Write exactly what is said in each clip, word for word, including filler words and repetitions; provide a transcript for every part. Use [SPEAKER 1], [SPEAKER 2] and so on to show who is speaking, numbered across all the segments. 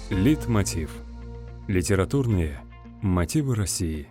[SPEAKER 1] Литмотив. Литературные мотивы России.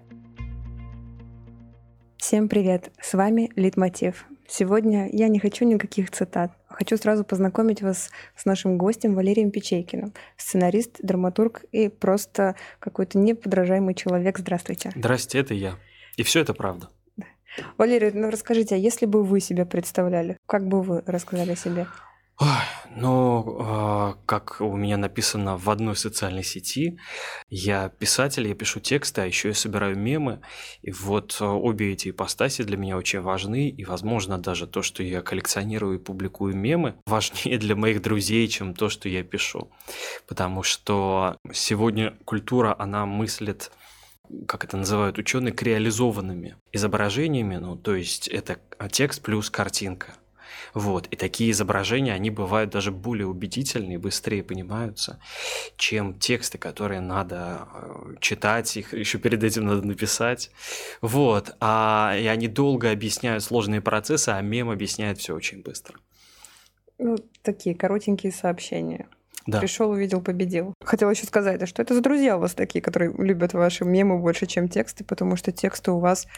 [SPEAKER 2] Всем привет! С вами Литмотив. Сегодня я не хочу никаких цитат. Хочу сразу познакомить вас с нашим гостем Валерием Печейкиным. Сценарист, драматург и просто какой-то неподражаемый человек. Здравствуйте.
[SPEAKER 3] Здрасте, это я. И все это правда.
[SPEAKER 2] Валерий, ну расскажите, а если бы вы себя представляли, как бы вы рассказали о себе?
[SPEAKER 3] Ой, ну, э, как у меня написано в одной социальной сети, я писатель, я пишу тексты, а еще я собираю мемы. И вот э, обе эти ипостаси для меня очень важны. И, возможно, даже то, что я коллекционирую и публикую мемы, важнее для моих друзей, чем то, что я пишу. Потому что сегодня культура, она мыслит, как это называют ученые, креализованными изображениями. Ну, то есть это текст плюс картинка. Вот. И такие изображения, они бывают даже более убедительные, быстрее понимаются, чем тексты, которые надо читать, их еще перед этим надо написать. Вот. А, и они долго объясняют сложные процессы, а мем объясняет все очень быстро.
[SPEAKER 2] Ну, такие коротенькие сообщения.
[SPEAKER 3] Да.
[SPEAKER 2] Пришел, увидел, победил. Хотела еще сказать, а что это за друзья у вас такие, которые любят ваши мемы больше, чем тексты, потому что тексты у вас...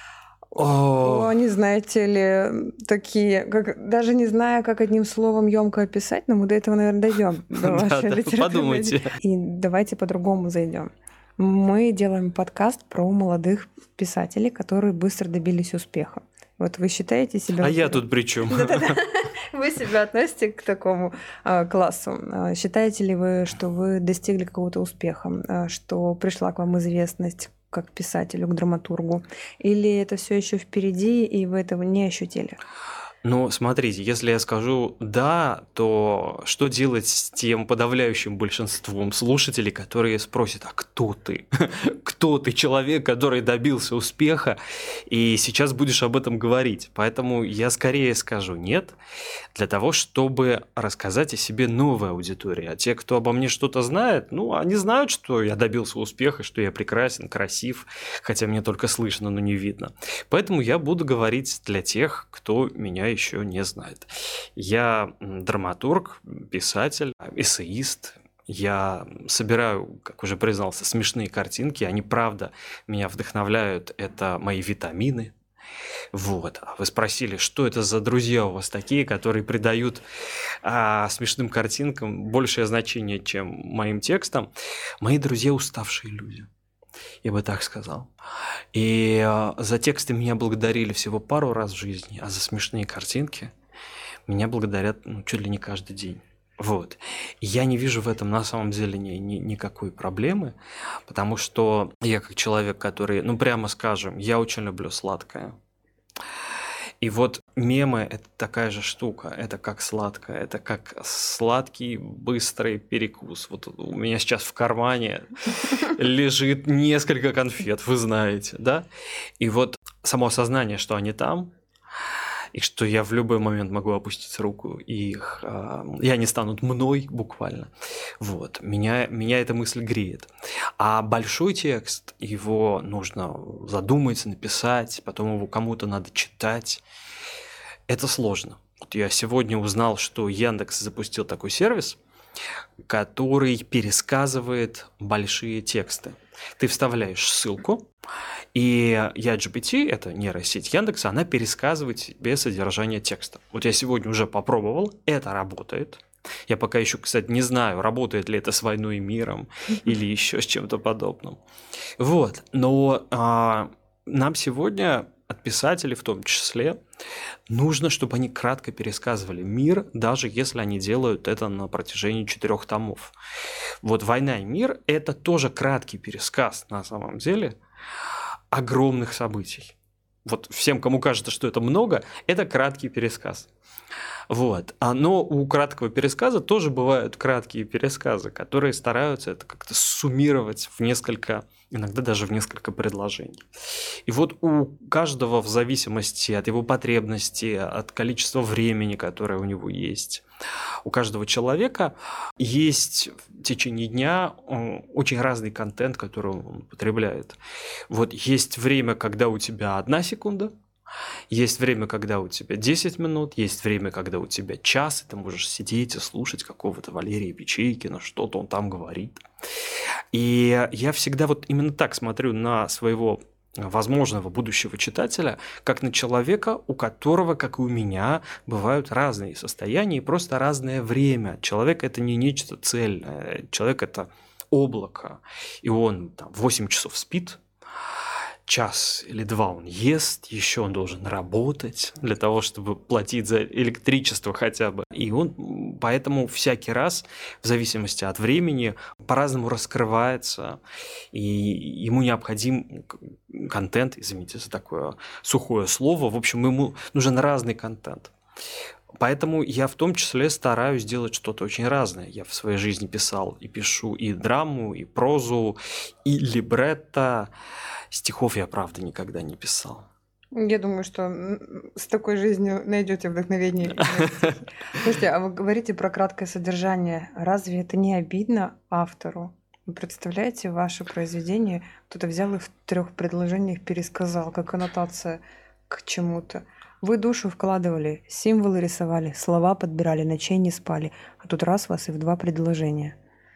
[SPEAKER 3] О,
[SPEAKER 2] О, не знаете ли, такие, как, даже не знаю, как одним словом емко описать, но мы до этого, наверное, дойдем. До вашей литературной.
[SPEAKER 3] Подумайте.
[SPEAKER 2] И давайте по-другому зайдем. Мы делаем подкаст про молодых писателей, которые быстро добились успеха. Вот вы считаете себя...
[SPEAKER 3] А я тут при чем?
[SPEAKER 2] Вы себя относите к такому а, классу? А, считаете ли вы, что вы достигли какого-то успеха, а, что пришла к вам известность как писателю, к драматургу? Или это все еще впереди, и вы этого не ощутили?
[SPEAKER 3] Ну, смотрите, если я скажу «да», то что делать с тем подавляющим большинством слушателей, которые спросят: а кто ты? Кто ты, человек, который добился успеха, и сейчас будешь об этом говорить? Поэтому я скорее скажу «нет», для того, чтобы рассказать о себе новой аудитории. А те, кто обо мне что-то знает, ну, они знают, что я добился успеха, что я прекрасен, красив, хотя мне только слышно, но не видно. Поэтому я буду говорить для тех, кто меня еще не знает. Я драматург, писатель, эссеист. Я собираю, как уже признался, смешные картинки. Они, правда, меня вдохновляют. Это мои витамины. Вот. Вы спросили, что это за друзья у вас такие, которые придают а, смешным картинкам большее значение, чем моим текстам. Мои друзья – уставшие люди. Я бы так сказал. И э, за тексты меня благодарили всего пару раз в жизни, а за смешные картинки меня благодарят ну, чуть ли не каждый день. Вот. И я не вижу в этом на самом деле ни, ни, никакой проблемы, потому что я как человек, который, ну прямо скажем, я очень люблю сладкое. И вот мемы – это такая же штука, это как сладкое, это как сладкий быстрый перекус. Вот у меня сейчас в кармане лежит несколько конфет, вы знаете, да? И вот само осознание, что они там, и что я в любой момент могу опустить руку, и, их, э, и они станут мной буквально. Вот. Меня, меня эта мысль греет. А большой текст, его нужно задумать, написать, потом его кому-то надо читать. Это сложно. Вот я сегодня узнал, что Яндекс запустил такой сервис, который пересказывает большие тексты. Ты вставляешь ссылку, и ЯджиПити, это нейросеть Яндекса, она пересказывает тебе содержание текста. Вот я сегодня уже попробовал, это работает. Я пока еще, кстати, не знаю, работает ли это с «Войной и миром» или еще с чем-то подобным. Вот, но а, нам сегодня от писателей в том числе нужно, чтобы они кратко пересказывали мир, даже если они делают это на протяжении четырех томов. Вот «Война и мир» – это тоже краткий пересказ, на самом деле, огромных событий. Вот всем, кому кажется, что это много, это краткий пересказ. Вот. Но у краткого пересказа тоже бывают краткие пересказы, которые стараются это как-то суммировать в несколько, иногда даже в несколько предложений. И вот у каждого в зависимости от его потребностей, от количества времени, которое у него есть, у каждого человека есть в течение дня очень разный контент, который он потребляет. Вот есть время, когда у тебя одна секунда, Есть время, когда у тебя десять минут, есть время, когда у тебя час, и ты можешь сидеть и слушать какого-то Валерия Печейкина, что-то он там говорит. И я всегда вот именно так смотрю на своего возможного будущего читателя, как на человека, у которого, как и у меня, бывают разные состояния и просто разное время. Человек – это не нечто цельное, человек – это облако, и он там, восемь часов спит, час или два он ест, еще он должен работать для того, чтобы платить за электричество хотя бы. И он поэтому всякий раз, в зависимости от времени, по-разному раскрывается, и ему необходим контент, извините за такое сухое слово, в общем, ему нужен разный контент. Поэтому я в том числе стараюсь делать что-то очень разное. Я в своей жизни писал и пишу и драму, и прозу, и либретто. Стихов я, правда, никогда не писал.
[SPEAKER 2] Я думаю, что с такой жизнью найдете вдохновение. Слушайте, а вы говорите про краткое содержание. Разве это не обидно автору? Вы представляете, ваше произведение кто-то взял и в трех предложениях пересказал, как аннотация к чему-то. Вы душу вкладывали, символы рисовали, слова подбирали, ночей не спали, а тут раз вас и в два предложения.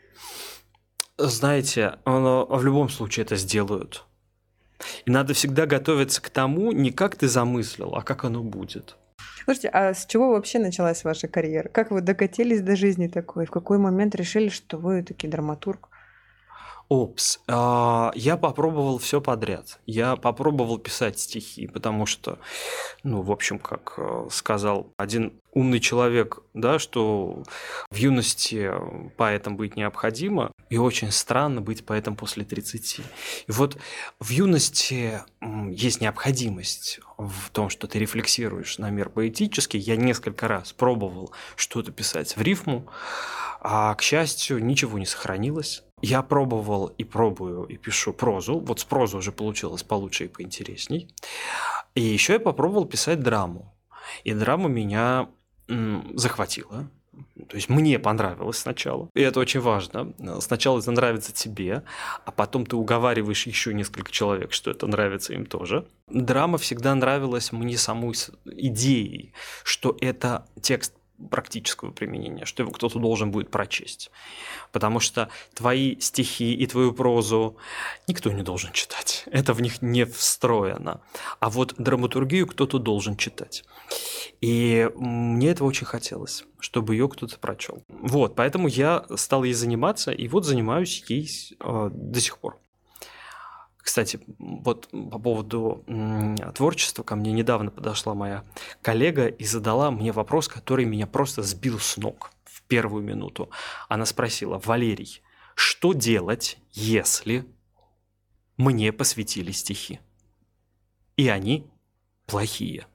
[SPEAKER 3] Знаете, оно, в любом случае это сделают. И надо всегда готовиться к тому, не как ты замыслил, а как оно будет.
[SPEAKER 2] Слушайте, а с чего вообще началась ваша карьера? Как вы докатились до жизни такой? В какой момент решили, что вы таки драматург?
[SPEAKER 3] Опс, я попробовал все подряд. Я попробовал писать стихи, потому что, ну, в общем, как сказал один умный человек, да, что в юности поэтом быть необходимо, и очень странно быть поэтом после тридцати. И вот в юности есть необходимость в том, что ты рефлексируешь на мир поэтический. Я несколько раз пробовал что-то писать в рифму, а, к счастью, ничего не сохранилось. Я пробовал и пробую, и пишу прозу. Вот с прозой уже получилось получше и поинтересней. И еще я попробовал писать драму. И драма меня м, захватила. То есть мне понравилось сначала. И это очень важно. Сначала это нравится тебе, а потом ты уговариваешь еще несколько человек, что это нравится им тоже. Драма всегда нравилась мне самой идеей, что это текст практического применения, что его кто-то должен будет прочесть. Потому что твои стихи и твою прозу никто не должен читать. Это в них не встроено. А вот драматургию кто-то должен читать. И мне этого очень хотелось, чтобы ее кто-то прочел. Вот, поэтому я стал ей заниматься, и вот занимаюсь ей э, до сих пор. Кстати, вот по поводу м, творчества ко мне недавно подошла моя коллега и задала мне вопрос, который меня просто сбил с ног в первую минуту. Она спросила: Валерий, что делать, если мне посвятили стихи, и они плохие?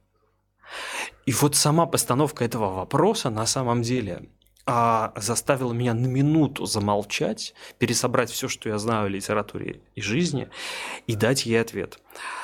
[SPEAKER 3] И вот сама постановка этого вопроса на самом деле а, заставила меня на минуту замолчать, пересобрать все, что я знаю о литературе и жизни, и дать ей ответ.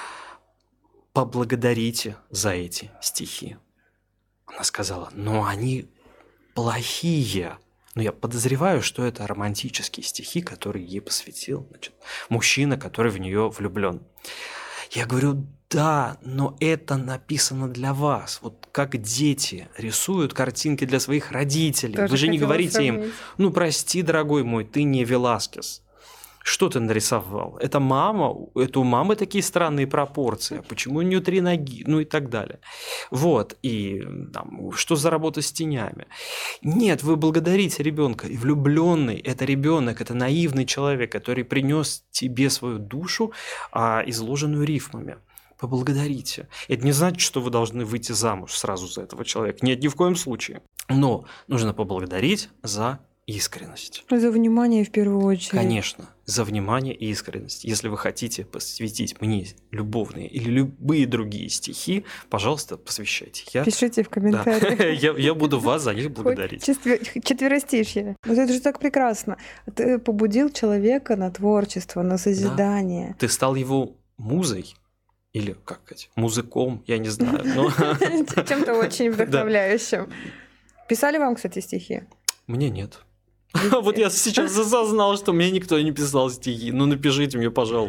[SPEAKER 3] Поблагодарите за эти стихи. Она сказала: но они плохие. Но я подозреваю, что это романтические стихи, которые ей посвятил, значит, мужчина, который в нее влюблен. Я говорю: да, но это написано для вас. Вот как дети рисуют картинки для своих родителей.
[SPEAKER 2] Тоже
[SPEAKER 3] Вы же не говорите
[SPEAKER 2] сравнить.
[SPEAKER 3] им: ну, прости, дорогой мой, ты не Веласкес. Что ты нарисовал? Это мама, это у мамы такие странные пропорции. Почему у нее три ноги? Ну и так далее. Вот. И там, что за работа с тенями? Нет, вы благодарите ребенка. И влюбленный это ребенок, это наивный человек, который принес тебе свою душу, а, изложенную рифмами. Поблагодарите. Это не значит, что вы должны выйти замуж сразу за этого человека. Нет, ни в коем случае. Но нужно поблагодарить за искренность.
[SPEAKER 2] За внимание в первую очередь.
[SPEAKER 3] Конечно, за внимание и искренность. Если вы хотите посвятить мне любовные или любые другие стихи, пожалуйста, посвящайте. Я...
[SPEAKER 2] Пишите в комментариях.
[SPEAKER 3] Да. я, я буду вас за них благодарить.
[SPEAKER 2] Четвер... Четверостишье. Вот это же так прекрасно. Ты побудил человека на творчество, на созидание.
[SPEAKER 3] Да. Ты стал его музой. Или, как сказать, музыком, я не знаю. Но...
[SPEAKER 2] Чем-то очень вдохновляющим. Писали вам, кстати, стихи?
[SPEAKER 3] Мне нет. Вот я сейчас осознал, что мне никто не писал стихи. Ну, напишите мне, пожалуйста.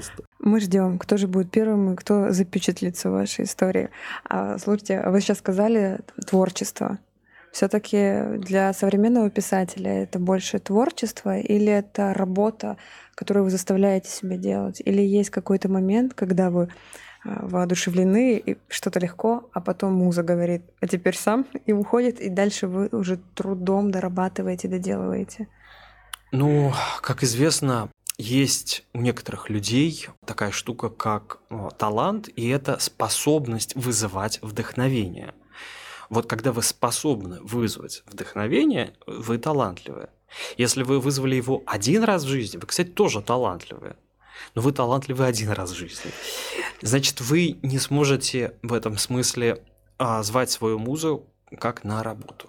[SPEAKER 2] Мы ждем, кто же будет первым и кто запечатлится в вашей истории. А, слушайте, вы сейчас сказали творчество. Все-таки для современного писателя это больше творчество или это работа, которую вы заставляете себя делать? Или есть какой-то момент, когда вы воодушевлены, и что-то легко, а потом муза говорит, а теперь сам, и уходит, и дальше вы уже трудом дорабатываете, доделываете?
[SPEAKER 3] Ну, как известно, есть у некоторых людей такая штука, как о, талант, и это способность вызывать вдохновение. Вот когда вы способны вызвать вдохновение, вы талантливые. Если вы вызвали его один раз в жизни, вы, кстати, тоже талантливые. Но вы талантливы один раз в жизни. Значит, вы не сможете в этом смысле а, звать свою музу как на работу.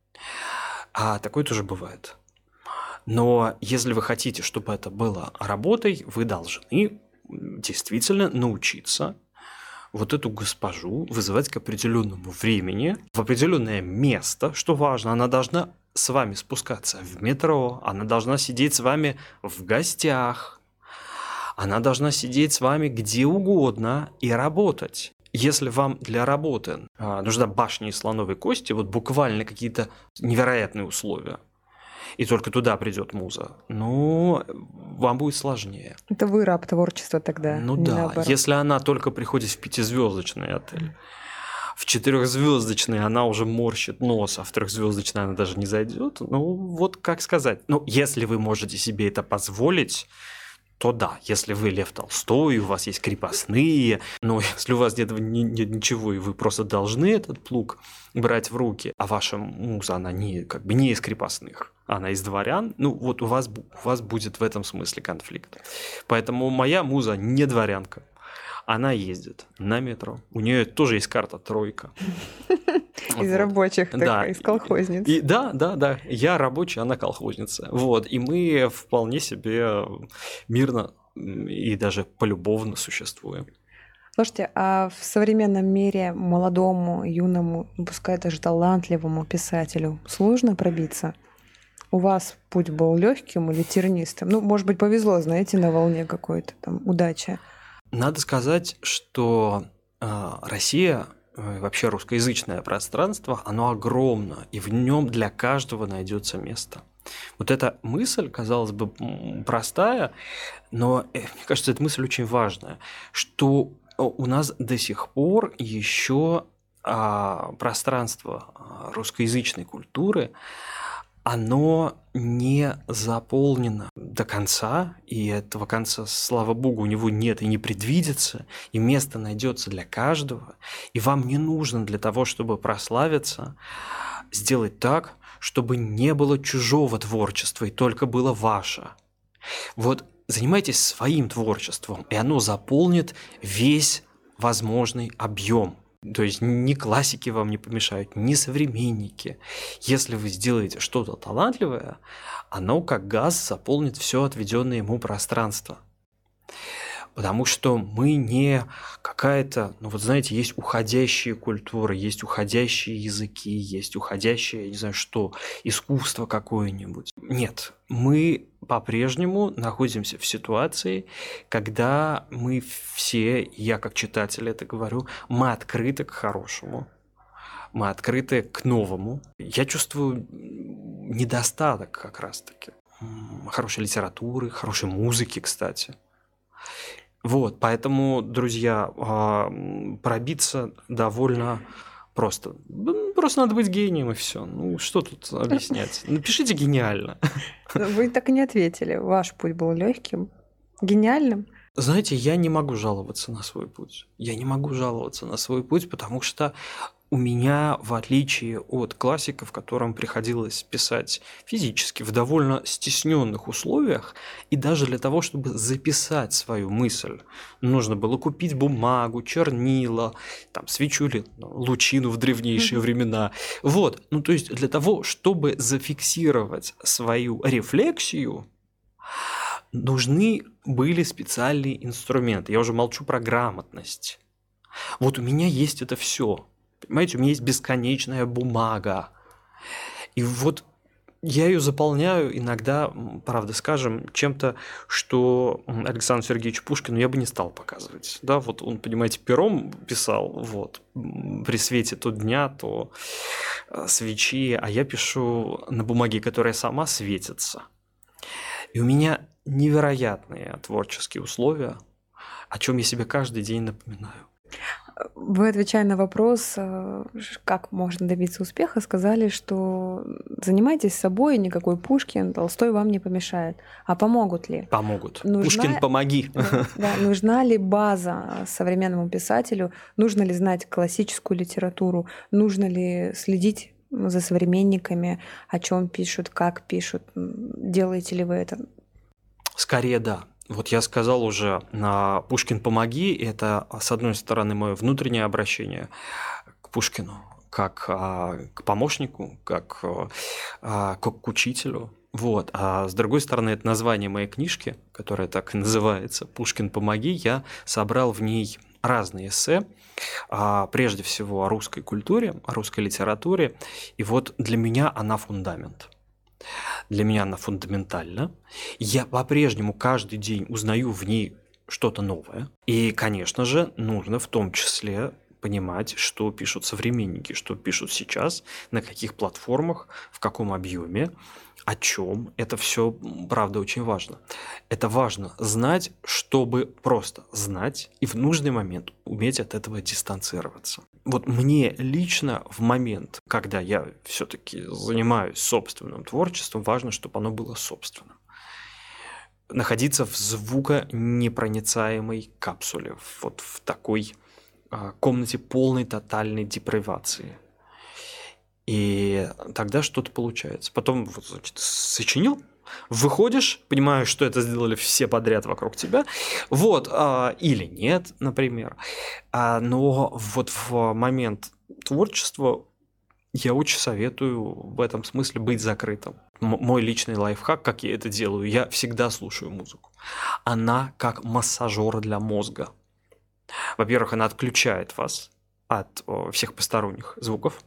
[SPEAKER 3] А такое тоже бывает. Но если вы хотите, чтобы это было работой, вы должны действительно научиться вот эту госпожу вызывать к определенному времени, в определенное место, что важно, она должна с вами спускаться в метро, она должна сидеть с вами в гостях, она должна сидеть с вами где угодно и работать. Если вам для работы а, нужна башня из слоновой кости, вот буквально какие-то невероятные условия, и только туда придет муза, ну, вам будет сложнее.
[SPEAKER 2] Это вы раб творчества тогда.
[SPEAKER 3] Ну
[SPEAKER 2] не
[SPEAKER 3] да,
[SPEAKER 2] наоборот.
[SPEAKER 3] если она только приходит в пятизвездочный отель. В четырехзвездочный она уже морщит нос, а в трехзвездочный она даже не зайдет. Ну, вот как сказать. Ну, если вы можете себе это позволить, то да, если вы Лев Толстой, у вас есть крепостные, но если у вас нет, нет ничего, и вы просто должны этот плуг брать в руки, а ваша муза, она не, как бы не из крепостных, она из дворян, ну вот у вас, у вас будет в этом смысле конфликт. Поэтому моя муза не дворянка. Она ездит на метро. У нее тоже есть карта тройка.
[SPEAKER 2] Из
[SPEAKER 3] Вот.
[SPEAKER 2] рабочих, так,
[SPEAKER 3] Да.
[SPEAKER 2] из колхозниц.
[SPEAKER 3] И, да, да, да. Я рабочий, она колхозница. Вот. И мы вполне себе мирно и даже полюбовно существуем.
[SPEAKER 2] Слушайте, а в современном мире молодому, юному, пускай даже талантливому писателю сложно пробиться? У вас путь был легким или тернистым? Ну, может быть, повезло, знаете, на волне какой-то там удачи.
[SPEAKER 3] Надо сказать, что э, Россия, э, вообще русскоязычное пространство, оно огромно, и в нем для каждого найдется место. Вот эта мысль, казалось бы, простая, но э, мне кажется, эта мысль очень важная, что у нас до сих пор еще э, пространство русскоязычной культуры, оно не заполнено до конца, и этого конца, слава богу, у него нет и не предвидится, и место найдется для каждого, и вам не нужно для того, чтобы прославиться, сделать так, чтобы не было чужого творчества, и только было ваше. Вот занимайтесь своим творчеством, и оно заполнит весь возможный объем. То есть ни классики вам не помешают, ни современники. Если вы сделаете что-то талантливое, оно как газ заполнит все отведенное ему пространство. Потому что мы не какая-то, ну вот знаете, есть уходящие культуры, есть уходящие языки, есть уходящее, не знаю что, искусство какое-нибудь. Нет, мы по-прежнему находимся в ситуации, когда мы все, я как читатель это говорю, мы открыты к хорошему, мы открыты к новому. Я чувствую недостаток как раз-таки хорошей литературы, хорошей музыки, кстати. Вот, поэтому, друзья, пробиться довольно просто. Просто надо быть гением, и все. Ну, что тут объяснять? Напишите гениально.
[SPEAKER 2] Вы так и не ответили. Ваш путь был легким, гениальным.
[SPEAKER 3] Знаете, я не могу жаловаться на свой путь. Я не могу жаловаться на свой путь, потому что у меня, в отличие от классиков, которым приходилось писать физически в довольно стесненных условиях, и даже для того, чтобы записать свою мысль, нужно было купить бумагу, чернила, там, свечу или лучину в древнейшие mm-hmm. времена. Вот, ну то есть для того, чтобы зафиксировать свою рефлексию, нужны были специальные инструменты. Я уже молчу про грамотность. Вот у меня есть это все. Понимаете, у меня есть бесконечная бумага. И вот Я ее заполняю иногда, правда скажем, чем-то, что Александру Сергеевичу Пушкину я бы не стал показывать. Да, вот он, понимаете, пером писал, вот, при свете то дня, то свечи, а я пишу на бумаге, которая сама светится. И у меня невероятные творческие условия, о чем я себе каждый день напоминаю.
[SPEAKER 2] Вы, отвечая на вопрос, как можно добиться успеха, сказали, что занимайтесь собой, никакой Пушкин, Толстой вам не помешает. А помогут ли?
[SPEAKER 3] Помогут.
[SPEAKER 2] Нужна...
[SPEAKER 3] Пушкин, помоги.
[SPEAKER 2] Да, да, нужна ли база современному писателю? Нужно ли знать классическую литературу? Нужно ли следить за современниками, о чем пишут, как пишут? Делаете ли вы это?
[SPEAKER 3] Скорее, да. Вот я сказал уже, на «Пушкин, помоги» – это, с одной стороны, мое внутреннее обращение к Пушкину, как а, к помощнику, как, а, как к учителю. Вот. А с другой стороны, это название моей книжки, которая так и называется «Пушкин, помоги». Я собрал в ней разные эссе, а, прежде всего о русской культуре, о русской литературе. И вот для меня она фундамент. Для меня она фундаментальна. Я по-прежнему каждый день узнаю в ней что-то новое. И, конечно же, нужно в том числе понимать, что пишут современники, что пишут сейчас, на каких платформах, в каком объеме, о чем. Это все, правда, очень важно. Это важно знать, чтобы просто знать и в нужный момент уметь от этого дистанцироваться. Вот мне лично в момент, когда я все-таки занимаюсь собственным творчеством, важно, чтобы оно было собственным. Находиться в звуконепроницаемой капсуле, вот в такой а, комнате полной тотальной депривации. И тогда что-то получается. Потом вот, значит, сочинил, выходишь, понимаешь, что это сделали все подряд вокруг тебя, вот, а, или нет, например. А, но вот в момент творчества я очень советую в этом смысле быть закрытым. М- мой личный лайфхак, как я это делаю, я всегда слушаю музыку. Она как массажер для мозга. Во-первых, она отключает вас от о, всех посторонних звуков.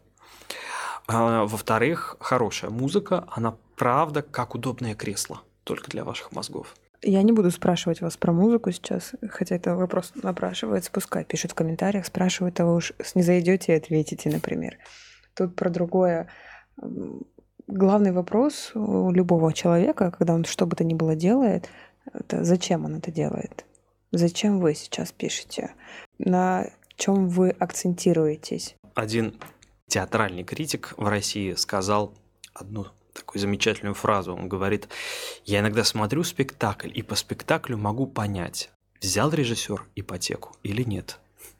[SPEAKER 3] А, во-вторых, хорошая музыка, она правда как удобное кресло, только для ваших мозгов.
[SPEAKER 2] Я не буду спрашивать вас про музыку сейчас, хотя это вопрос напрашивается, пускай пишут в комментариях, спрашивают, а вы уж снизойдете и ответите, например. Тут про другое. Главный вопрос у любого человека, когда он что бы то ни было делает, это зачем он это делает? Зачем вы сейчас пишете? На чем вы акцентируетесь?
[SPEAKER 3] Один театральный критик в России сказал одну такую замечательную фразу. Он говорит: я иногда смотрю спектакль, и по спектаклю могу понять, взял режиссер ипотеку или нет.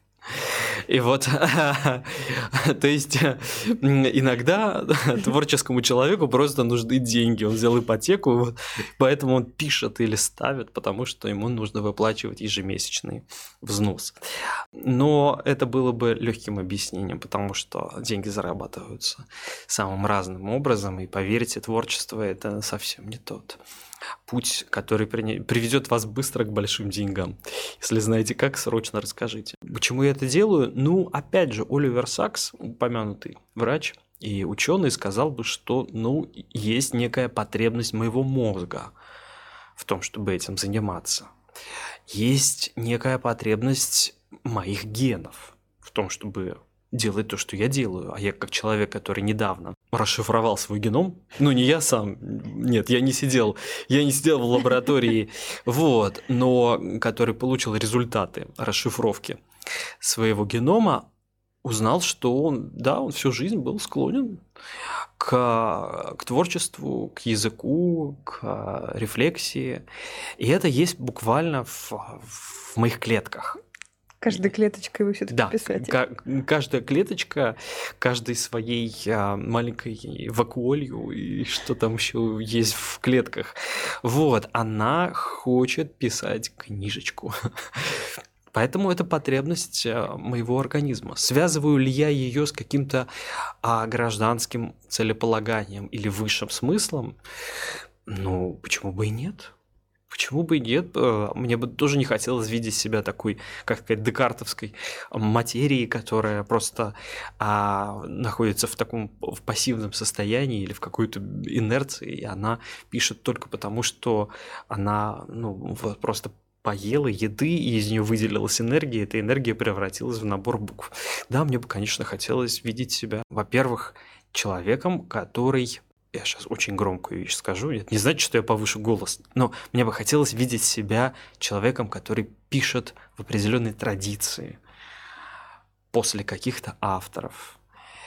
[SPEAKER 3] И вот, то есть, иногда творческому человеку просто нужны деньги. Он взял ипотеку, поэтому он пишет или ставит, потому что ему нужно выплачивать ежемесячный взнос. Но это было бы легким объяснением, потому что деньги зарабатываются самым разным образом. И поверьте, творчество – это совсем не тот путь, который приведет вас быстро к большим деньгам. Если знаете как, срочно расскажите. Почему я это делаю? Ну, опять же, Оливер Сакс, упомянутый врач и ученый, сказал бы, что, ну, есть некая потребность моего мозга в том, чтобы этим заниматься. Есть некая потребность моих генов в том, чтобы делать то, что я делаю. А я как человек, который недавно расшифровал свой геном, ну не я сам, нет, я не сидел, я не сидел в лаборатории, вот, но который получил результаты расшифровки своего генома, узнал, что он, да, он всю жизнь был склонен к, к творчеству, к языку, к рефлексии. И это есть буквально в, в моих клетках.
[SPEAKER 2] Каждой клеточкой вы все-таки
[SPEAKER 3] да,
[SPEAKER 2] писатель.
[SPEAKER 3] К- каждая клеточка, каждой своей а, маленькой вакуолью и что там еще есть в клетках, вот, она хочет писать книжечку. Поэтому это потребность моего организма. Связываю ли я ее с каким-то а, гражданским целеполаганием или высшим смыслом? Ну, почему бы и нет? Почему бы и нет? Э, Мне бы тоже не хотелось видеть себя такой, как сказать, декартовской материи, которая просто а, находится в таком в пассивном состоянии или в какой-то инерции, и она пишет только потому, что она ну, вот просто поела еды, и из нее выделилась энергия, и эта энергия превратилась в набор букв. Да, мне бы, конечно, хотелось видеть себя, во-первых, человеком, который... Я сейчас очень громкую вещь скажу, это не значит, что я повышу голос, но мне бы хотелось видеть себя человеком, который пишет в определенной традиции, после каких-то авторов.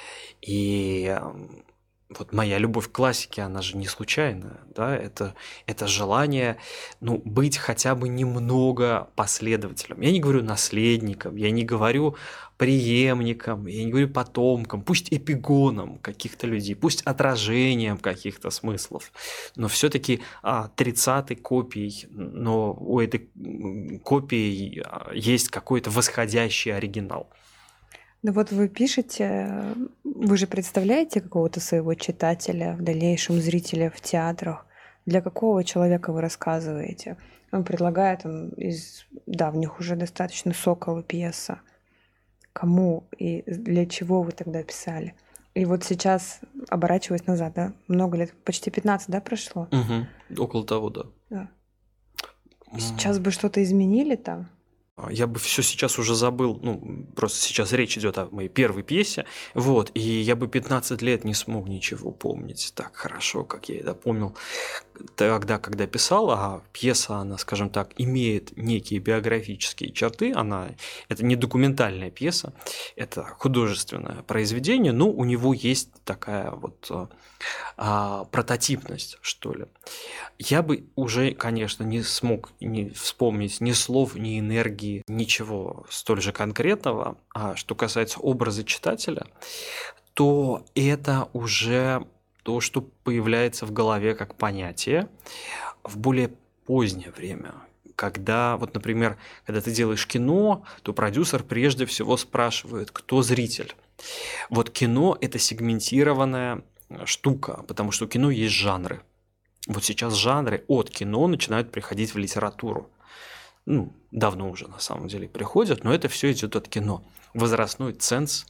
[SPEAKER 3] И эм, вот моя любовь к классике, она же не случайная, да, это, это желание, ну, быть хотя бы немного последователем. Я не говорю наследником, я не говорю преемником, я не говорю потомком, пусть эпигоном каких-то людей, пусть отражением каких-то смыслов, но все-таки тридцатой копией, но у этой м, копии а, есть какой-то восходящий оригинал.
[SPEAKER 2] Ну вот вы пишете, вы же представляете какого-то своего читателя, в дальнейшем зрителя в театрах? Для какого человека вы рассказываете? Он предлагает, он из давних уже достаточно «Сокола» пьеса. Кому и для чего вы тогда писали? И вот сейчас, оборачиваясь назад, да, много лет, почти пятнадцать, да, прошло?
[SPEAKER 3] Угу. Около того, да.
[SPEAKER 2] Да. Сейчас бы что-то изменили там?
[SPEAKER 3] Я бы все сейчас уже забыл, ну, просто сейчас речь идет о моей первой пьесе, вот, и я бы пятнадцать лет не смог ничего помнить так хорошо, как я это помнил тогда, когда писал, а пьеса, она, скажем так, имеет некие биографические черты, она, это не документальная пьеса, это художественное произведение, но у него есть такая вот а, прототипность, что ли. Я бы уже, конечно, не смог не вспомнить ни слов, ни энергии, ничего столь же конкретного. А что касается образа читателя, то это уже то, что появляется в голове как понятие в более позднее время. Когда, вот, например, когда ты делаешь кино, то продюсер прежде всего спрашивает, кто зритель. Вот кино – это сегментированная штука, потому что у кино есть жанры. Вот сейчас жанры от кино начинают приходить в литературу. Ну, давно уже на самом деле приходят, но это все идет от кино. Возрастной ценз,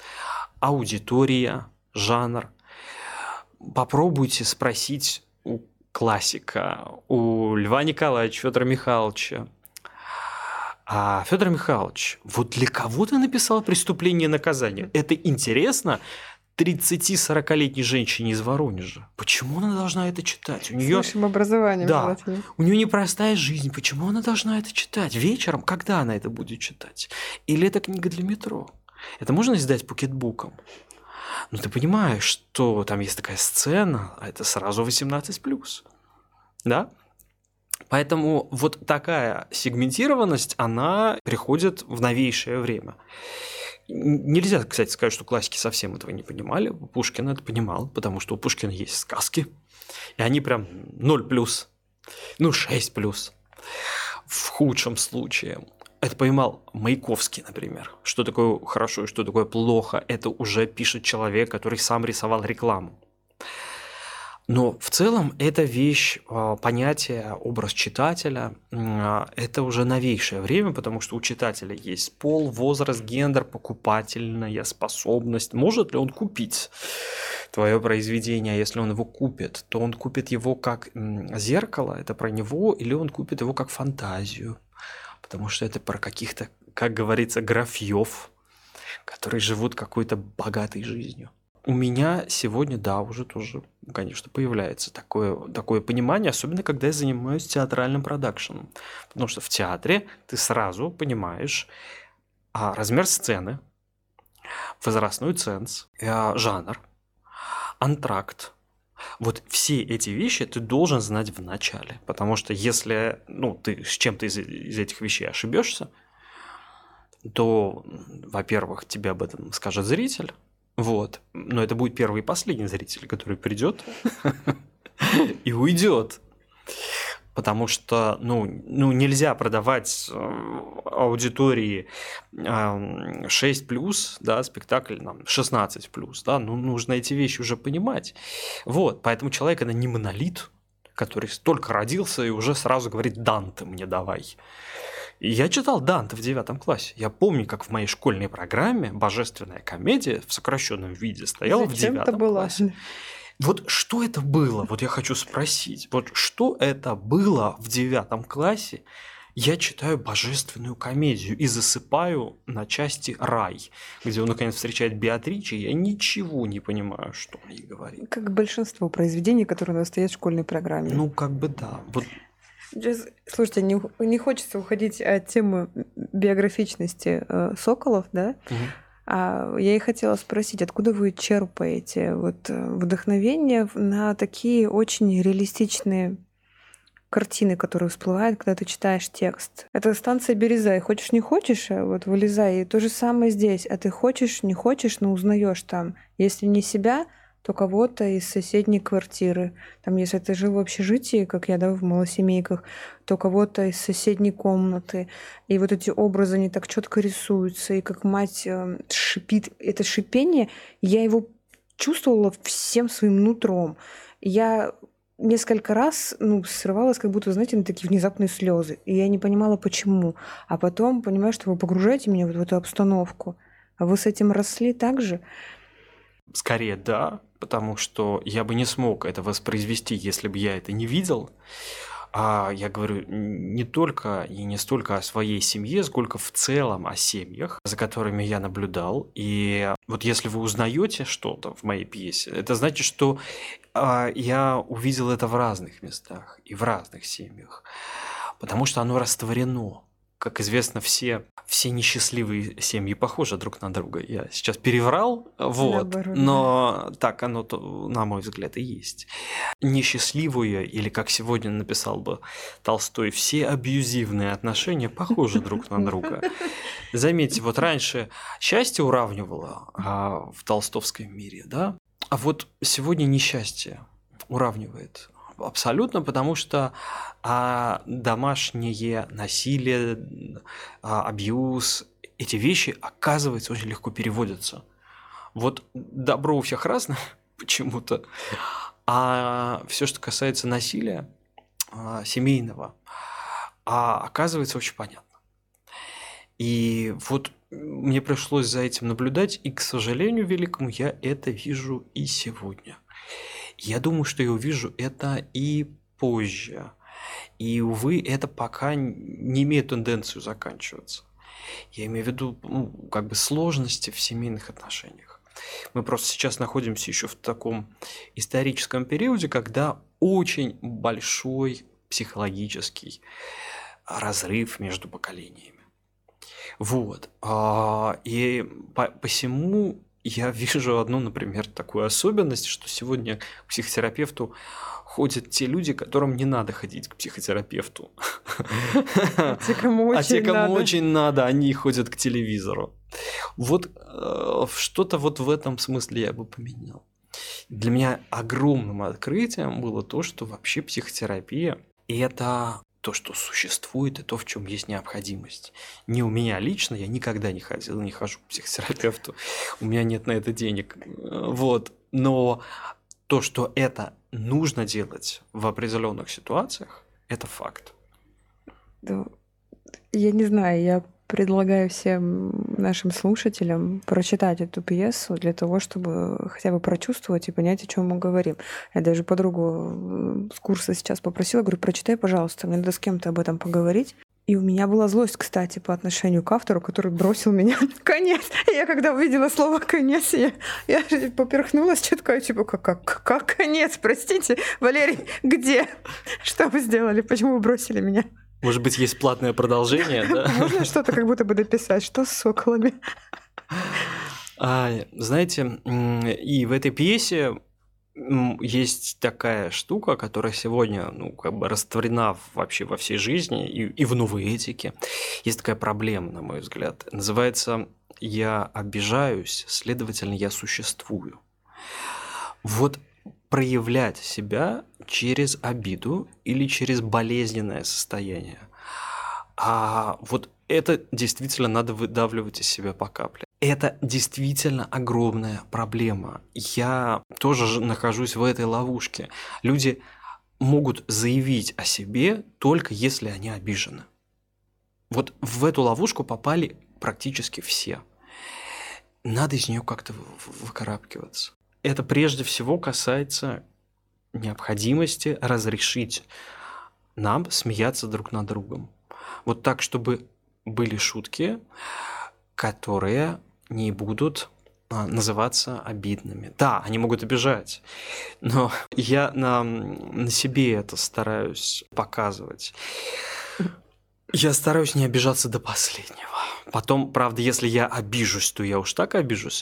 [SPEAKER 3] аудитория, жанр. Попробуйте спросить у классика, у Льва Николаевича, Федора Михайловича. А Федор Михайлович, вот для кого ты написал «Преступление и наказание»? Это интересно тридцати-сорокалетней женщине из Воронежа. Почему она должна это читать? У нее
[SPEAKER 2] С высшим образованием.
[SPEAKER 3] Да,
[SPEAKER 2] желательно.
[SPEAKER 3] у нее непростая жизнь. Почему она должна это читать? Вечером? Когда она это будет читать? Или это книга для метро? Это можно издать пакетбуком? Но ты понимаешь, что там есть такая сцена, а это сразу восемнадцать плюс. Да? Поэтому вот такая сегментированность, она приходит в новейшее время. Нельзя, кстати, сказать, что классики совсем этого не понимали. Пушкин это понимал, потому что у Пушкина есть сказки, и они прям ноль плюс, ну шесть плюс в худшем случае. Это понимал Маяковский, например. Что такое хорошо и что такое плохо, это уже пишет человек, который сам рисовал рекламу. Но в целом эта вещь, понятие, образ читателя, это уже новейшее время, потому что у читателя есть пол, возраст, гендер, покупательная способность. Может ли он купить твое произведение? А если он его купит, то он купит его как зеркало, это про него, или он купит его как фантазию, потому что это про каких-то, как говорится, графьев, которые живут какой-то богатой жизнью. У меня сегодня, да, уже тоже, конечно, появляется такое, такое понимание, особенно когда я занимаюсь театральным продакшеном. Потому что в театре ты сразу понимаешь а, размер сцены, возрастной ценз, а, жанр, антракт. Вот все эти вещи ты должен знать в начале. Потому что если ну, ты с чем-то из, из этих вещей ошибешься, то, во-первых, тебе об этом скажет зритель. Вот. Но это будет первый и последний зритель, который придет и уйдет. Потому что ну, ну, нельзя продавать аудитории шесть плюс, да, спектакль нам шестнадцать плюс. Да, ну, нужно эти вещи уже понимать. Вот. Поэтому человек это не монолит. который только родился и уже сразу говорит «Данте мне давай». И я читал Данте в девятом классе. Я помню, как в моей школьной программе «Божественная комедия» в сокращенном виде стояла в девятом классе. Вот что это было? Вот я хочу спросить. Вот что это было в девятом классе? Я читаю «Божественную комедию» и засыпаю на части «Рай», где он, наконец, встречает Беатриче, и я ничего не понимаю, что он ей говорит.
[SPEAKER 2] Как большинство произведений, которые у нас стоят в школьной программе.
[SPEAKER 3] Ну, как бы да. Вот.
[SPEAKER 2] Слушайте, не, не хочется уходить от темы биографичности э, Соколов, да? Угу. А я и хотела спросить, откуда вы черпаете вот вдохновение на такие очень реалистичные картины, которые всплывают, когда ты читаешь текст? Это станция Береза, и хочешь не хочешь, вот вылезай, и то же самое здесь. А ты хочешь, не хочешь, но узнаешь там, если не себя, то кого-то из соседней квартиры. Там, если ты жил в общежитии, как я, да, в малосемейках, то кого-то из соседней комнаты. И вот эти образы, они так четко рисуются, и как мать шипит. Это шипение, я его чувствовала всем своим нутром. Я несколько раз, ну, срывалась, как будто, знаете, на такие внезапные слезы. И я не понимала, почему. А потом понимаю, что вы погружаете меня вот в эту обстановку. А вы с этим росли так же?
[SPEAKER 3] Скорее, да, потому что я бы не смог это воспроизвести, если бы я это не видел. А я говорю не только и не столько о своей семье, сколько в целом о семьях, за которыми я наблюдал. И вот если вы узнаете что-то в моей пьесе, это значит, что а, я увидел это в разных местах и в разных семьях, потому что оно растворено. Как известно, все, все несчастливые семьи похожи друг на друга. Я сейчас переврал, вот, наоборот, но так оно, на мой взгляд, и есть. Несчастливые, или как сегодня написал бы Толстой, все абьюзивные отношения похожи друг на друга. Заметьте, вот раньше счастье уравнивало а, в толстовском мире, да? А вот сегодня несчастье уравнивает. Абсолютно, потому что а, домашнее насилие, а, абьюз, эти вещи, оказывается, очень легко переводятся. Вот добро у всех разное почему-то, а все, что касается насилия а, семейного, а, оказывается очень понятно. И вот мне пришлось за этим наблюдать, и, к сожалению великому, я это вижу и сегодня. Я думаю, что я увижу это и позже. И, увы, это пока не имеет тенденцию заканчиваться. Я имею в виду, ну, как бы сложности в семейных отношениях. Мы просто сейчас находимся еще в таком историческом периоде, когда очень большой психологический разрыв между поколениями. Вот. И посему я вижу одну, например, такую особенность, что сегодня к психотерапевту ходят те люди, которым не надо ходить к психотерапевту.
[SPEAKER 2] А те, кому очень,
[SPEAKER 3] а те, кому
[SPEAKER 2] надо.
[SPEAKER 3] очень надо, они ходят к телевизору. Вот э, что-то вот в этом смысле я бы поменял. Для меня огромным открытием было то, что вообще психотерапия – это то, что существует, и то, в чем есть необходимость. Не у меня лично, я никогда не ходил, не хожу к психотерапевту, у меня нет на это денег. Вот. Но то, что это нужно делать в определенных ситуациях, это факт.
[SPEAKER 2] Да. Я не знаю, я предлагаю всем нашим слушателям прочитать эту пьесу для того, чтобы хотя бы прочувствовать и понять, о чем мы говорим. Я даже подругу с курса сейчас попросила, говорю, прочитай, пожалуйста, мне надо с кем-то об этом поговорить. И у меня была злость, кстати, по отношению к автору, который бросил меня конец. Я когда увидела слово «конец», я, я поперхнулась, что такое, типа, как, как, как конец, простите, Валерий, где? Что вы сделали? Почему вы бросили меня?
[SPEAKER 3] Может быть, есть платное продолжение, да?
[SPEAKER 2] Можно что-то как будто бы дописать? Что с соколами?
[SPEAKER 3] А, знаете, и в этой пьесе есть такая штука, которая сегодня, ну, как бы растворена вообще во всей жизни и, и в новой этике. Есть такая проблема, на мой взгляд. Называется «Я обижаюсь, следовательно, я существую». Вот проявлять себя через обиду или через болезненное состояние. А вот это действительно надо выдавливать из себя по капле. Это действительно огромная проблема. Я тоже нахожусь в этой ловушке. Люди могут заявить о себе только если они обижены. Вот в эту ловушку попали практически все. Надо из нее как-то выкарабкиваться. Это прежде всего касается необходимости разрешить нам смеяться друг над другом. Вот так, чтобы были шутки, которые не будут называться обидными. Да, они могут обижать, но я на, на себе это стараюсь показывать. Я стараюсь не обижаться до последнего. Потом, правда, если я обижусь, то я уж так обижусь.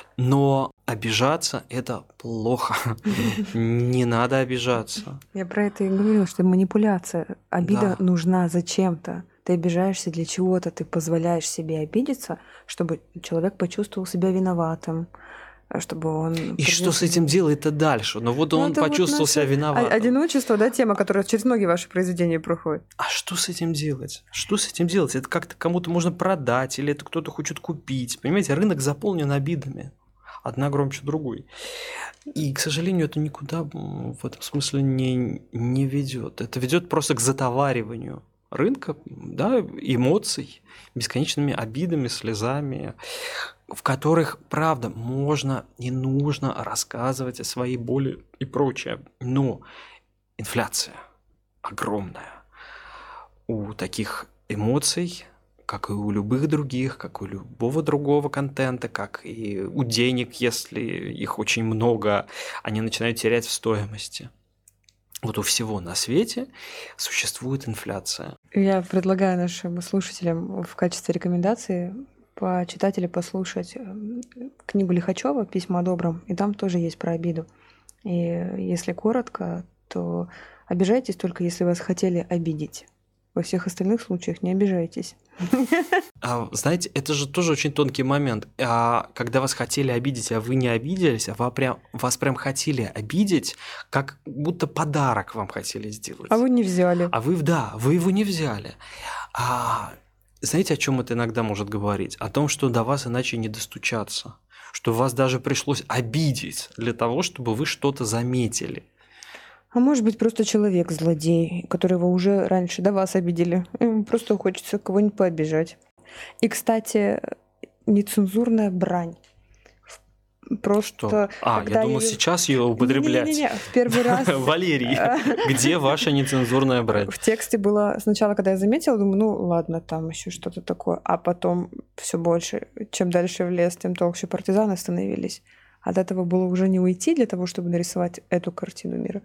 [SPEAKER 3] Но обижаться – это плохо. Не надо обижаться.
[SPEAKER 2] Я про это и говорила, что манипуляция. Обида
[SPEAKER 3] Да.
[SPEAKER 2] нужна зачем-то. Ты обижаешься для чего-то, ты позволяешь себе обидеться, чтобы человек почувствовал себя виноватым, чтобы он...
[SPEAKER 3] И что с этим делать-то дальше? Ну вот
[SPEAKER 2] Ну,
[SPEAKER 3] он
[SPEAKER 2] это вот
[SPEAKER 3] почувствовал
[SPEAKER 2] наше
[SPEAKER 3] себя виноватым.
[SPEAKER 2] Одиночество, да, тема, которая через многие ваши произведения проходит.
[SPEAKER 3] А что с этим делать? Что с этим делать? Это как-то кому-то можно продать, или это кто-то хочет купить. Понимаете, рынок заполнен обидами. Одна громче другой. И, к сожалению, это никуда в этом смысле не, не ведет. Это ведет просто к затовариванию рынка, да, эмоций, бесконечными обидами, слезами, в которых, правда, можно и нужно рассказывать о своей боли и прочее. Но инфляция огромная. У таких эмоций, как и у любых других, как и у любого другого контента, как и у денег, если их очень много, они начинают терять в стоимости. Вот у всего на свете существует инфляция.
[SPEAKER 2] Я предлагаю нашим слушателям в качестве рекомендации почитать или послушать книгу Лихачева «Письма о добром», и там тоже есть про обиду. И если коротко, то обижайтесь только если вас хотели обидеть. Во всех остальных случаях не обижайтесь.
[SPEAKER 3] А, знаете, это же тоже очень тонкий момент. А, когда вас хотели обидеть, а вы не обиделись, а вы прям, вас прям хотели обидеть, как будто подарок вам хотели сделать.
[SPEAKER 2] А вы не взяли.
[SPEAKER 3] А вы, да, вы его не взяли. А, знаете, о чем это иногда может говорить? О том, что до вас иначе не достучаться. Что вас даже пришлось обидеть для того, чтобы вы что-то заметили.
[SPEAKER 2] А может быть, просто человек злодей, которого уже раньше до вас обидели. Ему просто хочется кого-нибудь пообижать. И, кстати, нецензурная брань. Просто...
[SPEAKER 3] Что? А, я думал,
[SPEAKER 2] её-
[SPEAKER 3] сейчас ее употреблять.
[SPEAKER 2] Не-не-не, в первый раз...
[SPEAKER 3] Валерий, где ваша нецензурная брань?
[SPEAKER 2] В тексте было сначала, когда я заметила, думаю, ну ладно, там еще что-то такое. А потом все больше, чем дальше в лес, тем толще партизаны становились. От этого было уже не уйти для того, чтобы нарисовать эту картину мира.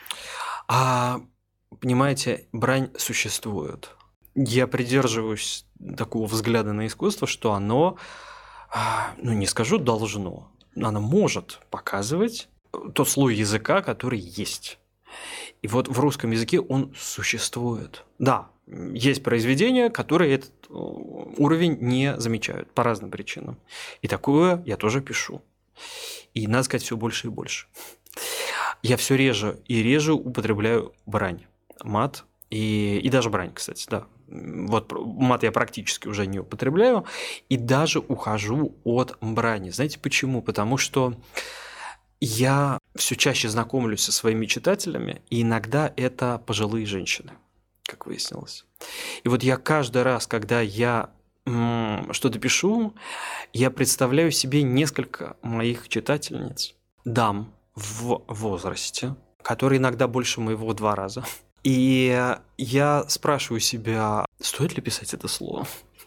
[SPEAKER 3] А, понимаете, брань существует. Я придерживаюсь такого взгляда на искусство, что оно, ну не скажу должно, оно может показывать тот слой языка, который есть. И вот в русском языке он существует. Да, есть произведения, которые этот уровень не замечают по разным причинам. И такое я тоже пишу. И надо сказать, все больше и больше. Я все реже и реже употребляю брань, мат и, и даже брань, кстати, да. Вот мат я практически уже не употребляю и даже ухожу от брани. Знаете почему? Потому что я все чаще знакомлюсь со своими читателями, и иногда это пожилые женщины, как выяснилось. И вот я каждый раз, когда я м- что-то пишу, я представляю себе несколько моих читательниц, дам в возрасте, которые иногда больше моего в два раза. И я спрашиваю себя, стоит ли писать это слово?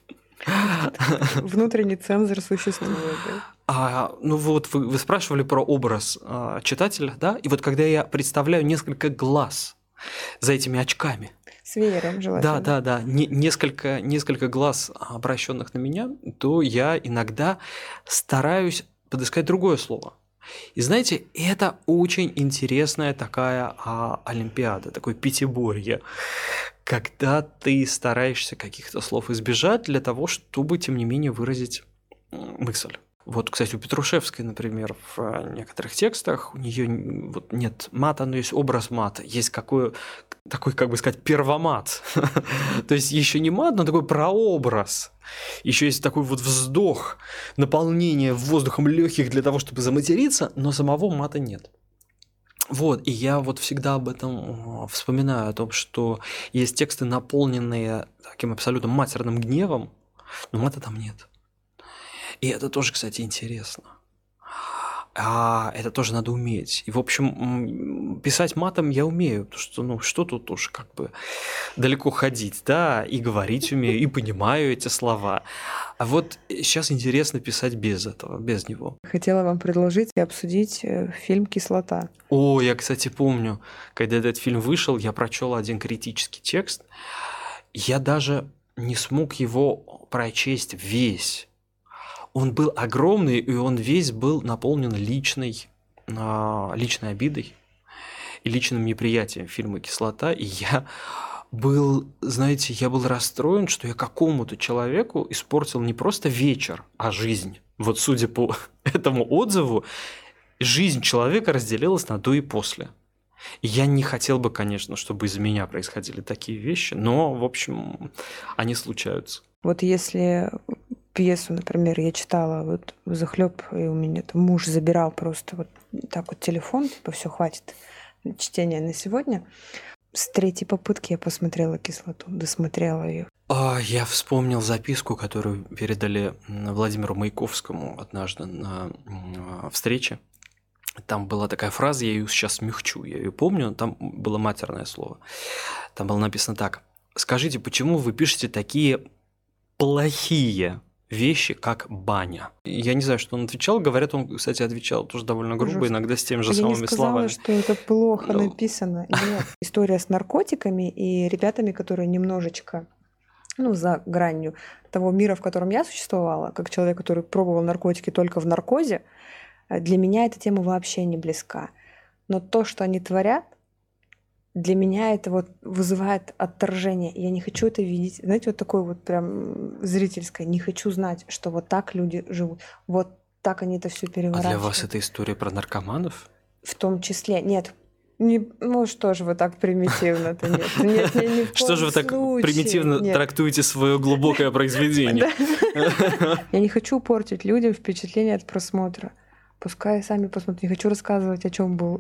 [SPEAKER 2] Внутренний цензор существует. Да?
[SPEAKER 3] А, ну вот вы, вы спрашивали про образ а, читателя, да? И вот когда я представляю несколько глаз за этими очками.
[SPEAKER 2] С веером желательно.
[SPEAKER 3] Да, да, да. Не, несколько, несколько глаз, обращенных на меня, то я иногда стараюсь подыскать другое слово. И знаете, это очень интересная такая а, олимпиада, такое пятиборье, когда ты стараешься каких-то слов избежать для того, чтобы, тем не менее, выразить мысль. Вот, кстати, у Петрушевской, например, в некоторых текстах у нее вот нет мата, но есть образ мата, есть какой, такой, как бы сказать, первомат. То есть еще не мат, но такой прообраз. Еще есть такой вот вздох, наполнение воздухом легких для того, чтобы заматериться, но самого мата нет. Вот, и я вот всегда об этом вспоминаю, о том, что есть тексты, наполненные таким абсолютно матерным гневом, но мата там нет. И это тоже, кстати, интересно. А это тоже надо уметь. И, в общем, писать матом я умею, потому что, ну, что тут уж как бы далеко ходить, да, и говорить умею, и понимаю эти слова. А вот сейчас интересно писать без этого, без него.
[SPEAKER 2] Хотела вам предложить и обсудить фильм «Кислота».
[SPEAKER 3] О, я, кстати, помню, когда этот фильм вышел, я прочел один критический текст. Я даже не смог его прочесть весь. Он был огромный, и он весь был наполнен личной, личной обидой и личным неприятием фильма «Кислота». И я был, знаете, я был расстроен, что я какому-то человеку испортил не просто вечер, а жизнь. Вот судя по этому отзыву, жизнь человека разделилась на до и после. И я не хотел бы, конечно, чтобы из-за меня происходили такие вещи, но, в общем, они случаются.
[SPEAKER 2] Вот если пьесу, например, я читала вот взахлёб, и у меня там муж забирал просто вот так вот телефон, типа все, хватит чтения на сегодня. С третьей попытки я посмотрела «Кислоту», досмотрела ее.
[SPEAKER 3] А, я вспомнил записку, которую передали Владимиру Маяковскому однажды на встрече. Там была такая фраза, я ее сейчас смягчу, я ее помню, там было матерное слово. Там было написано так: «Скажите, почему вы пишете такие плохие вещи, как баня?» Я не знаю, что он отвечал. Говорят, он, кстати, отвечал тоже довольно грубо, Ужас. Иногда с теми же
[SPEAKER 2] я
[SPEAKER 3] самыми
[SPEAKER 2] не сказала,
[SPEAKER 3] словами.
[SPEAKER 2] что это плохо Но... написано. Нет. История с наркотиками и ребятами, которые немножечко, ну, за гранью того мира, в котором я существовала, как человек, который пробовал наркотики только в наркозе, для меня эта тема вообще не близка. Но то, что они творят, для меня это вот вызывает отторжение. Я не хочу это видеть. Знаете, вот такое вот прям зрительское. Не хочу знать, что вот так люди живут. Вот так они это все переворачивают.
[SPEAKER 3] А для вас это история про наркоманов?
[SPEAKER 2] В том числе. Нет. Не, ну что же вы так примитивно-то? Нет, нет, нет, ни в
[SPEAKER 3] Что же вы так примитивно трактуете свое глубокое произведение?
[SPEAKER 2] Я не хочу портить людям впечатление от просмотра. Пускай сами посмотрят. Не хочу рассказывать, о чем было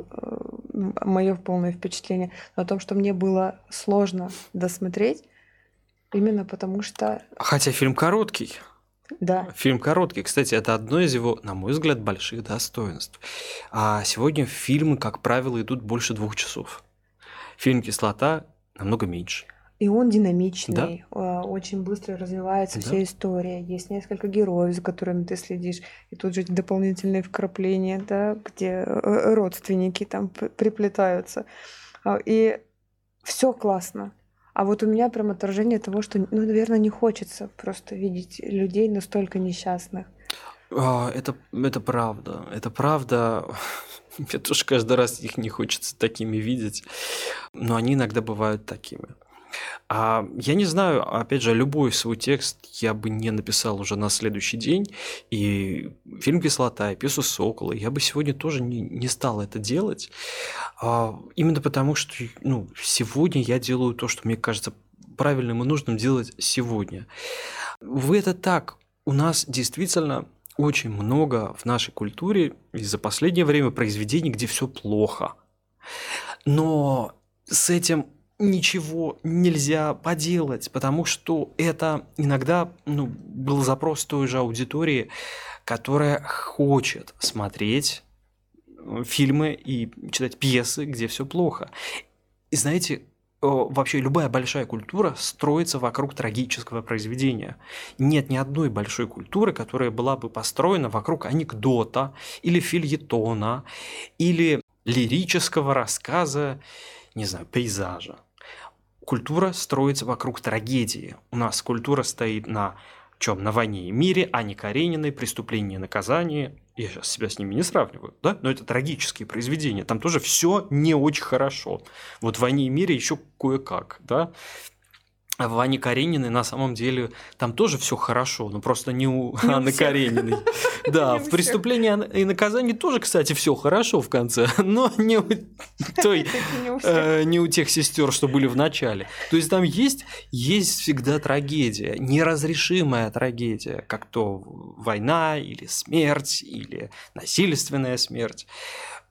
[SPEAKER 2] мое полное впечатление, но о том, что мне было сложно досмотреть, именно потому что...
[SPEAKER 3] Хотя фильм короткий.
[SPEAKER 2] Да.
[SPEAKER 3] Фильм короткий. Кстати, это одно из его, на мой взгляд, больших достоинств. А сегодня фильмы, как правило, идут больше двух часов. Фильм «Кислота» намного меньше.
[SPEAKER 2] И он динамичный,
[SPEAKER 3] да?
[SPEAKER 2] Очень быстро развивается
[SPEAKER 3] да?
[SPEAKER 2] вся история. Есть несколько героев, за которыми ты следишь. И тут же дополнительные вкрапления, да, где родственники там приплетаются. И все классно. А вот у меня прям отражение того, что, ну, наверное, не хочется просто видеть людей настолько несчастных.
[SPEAKER 3] Это, это правда. Это правда. Мне тоже каждый раз их не хочется такими видеть. Но они иногда бывают такими. А я не знаю, опять же, любой свой текст я бы не написал уже на следующий день. И фильм «Кислота», и пьесу «Сокола» я бы сегодня тоже не, не стал это делать. А, именно потому, что ну, сегодня я делаю то, что мне кажется правильным и нужным делать сегодня. Вы это так. У нас действительно очень много в нашей культуре и за последнее время произведений, где все плохо. Но с этим ничего нельзя поделать, потому что это иногда ну, был запрос той же аудитории, которая хочет смотреть фильмы и читать пьесы, где все плохо. И знаете, вообще любая большая культура строится вокруг трагического произведения. Нет ни одной большой культуры, которая была бы построена вокруг анекдота или фельетона, или лирического рассказа, не знаю, пейзажа. Культура строится вокруг трагедии. У нас культура стоит на чем? На «Войне и мире», Анне Карениной, «Преступление и наказание». Я сейчас себя с ними не сравниваю, да? Но это трагические произведения. Там тоже все не очень хорошо. Вот в «Войне и мире» еще кое-как, да? А в Анне Карениной на самом деле там тоже все хорошо, но просто не у не Анны Карениной. Да, в «Преступлении и наказании» тоже, кстати, все хорошо в конце, но не у той, не у тех сестер, что были в начале. То есть там есть, есть всегда трагедия, неразрешимая трагедия, как то война или смерть, или насильственная смерть.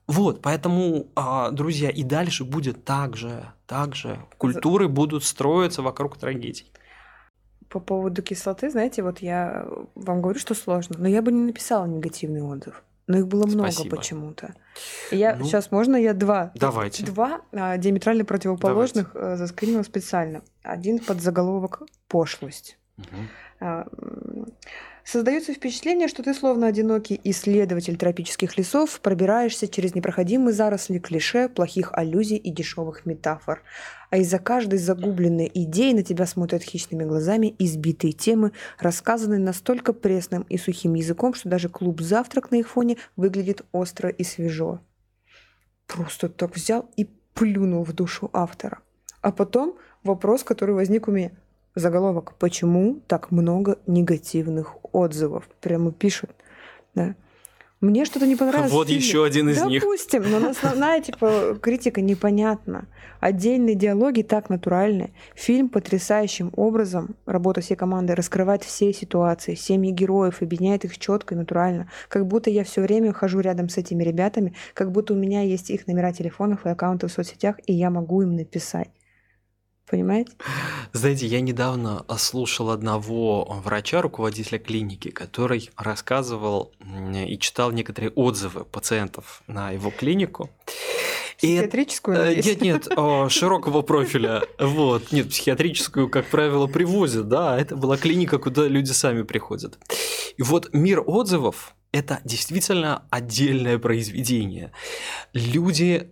[SPEAKER 3] Вот, поэтому, а, друзья, и дальше будет так же, так же. Культуры будут строиться вокруг трагедий.
[SPEAKER 2] По поводу кислоты, знаете, вот я вам говорю, что сложно, но я бы не написала негативный отзыв. Но их было много
[SPEAKER 3] Спасибо.
[SPEAKER 2] почему-то. И я
[SPEAKER 3] Ну,
[SPEAKER 2] сейчас можно я два,
[SPEAKER 3] давайте.
[SPEAKER 2] два а, диаметрально противоположных а, заскринила специально. Один под заголовок «Пошлость».
[SPEAKER 3] Мгм.
[SPEAKER 2] А, м, Создается впечатление, что ты словно одинокий исследователь тропических лесов пробираешься через непроходимые заросли клише, плохих аллюзий и дешевых метафор. А из-за каждой загубленной идеи на тебя смотрят хищными глазами избитые темы, рассказанные настолько пресным и сухим языком, что даже клуб «Завтрак» на их фоне выглядит остро и свежо. Просто так взял и плюнул в душу автора. А потом вопрос, который возник у меня. Заголовок «Почему так много негативных отзывов?» Прямо пишут. Да. Мне что-то не понравилось.
[SPEAKER 3] Вот
[SPEAKER 2] в фильме.
[SPEAKER 3] еще один из них.
[SPEAKER 2] Допустим, но основная типа критика непонятна. Отдельные диалоги так натуральны. Фильм потрясающим образом, работа всей команды, раскрывает все ситуации, семьи героев, объединяет их четко и натурально. Как будто я все время хожу рядом с этими ребятами, как будто у меня есть их номера телефонов и аккаунты в соцсетях, и я могу им написать. Понимаете?
[SPEAKER 3] Знаете, я недавно слушал одного врача, руководителя клиники, который рассказывал м, и читал некоторые отзывы пациентов на его клинику. И это-
[SPEAKER 2] Психиатрическую,
[SPEAKER 3] Э,
[SPEAKER 2] надеюсь?
[SPEAKER 3] Нет, нет, о, широкого профиля. Вот. Нет, психиатрическую, как правило, привозят, да. а Это была клиника, куда люди сами приходят. И вот мир отзывов – это действительно отдельное произведение. Люди...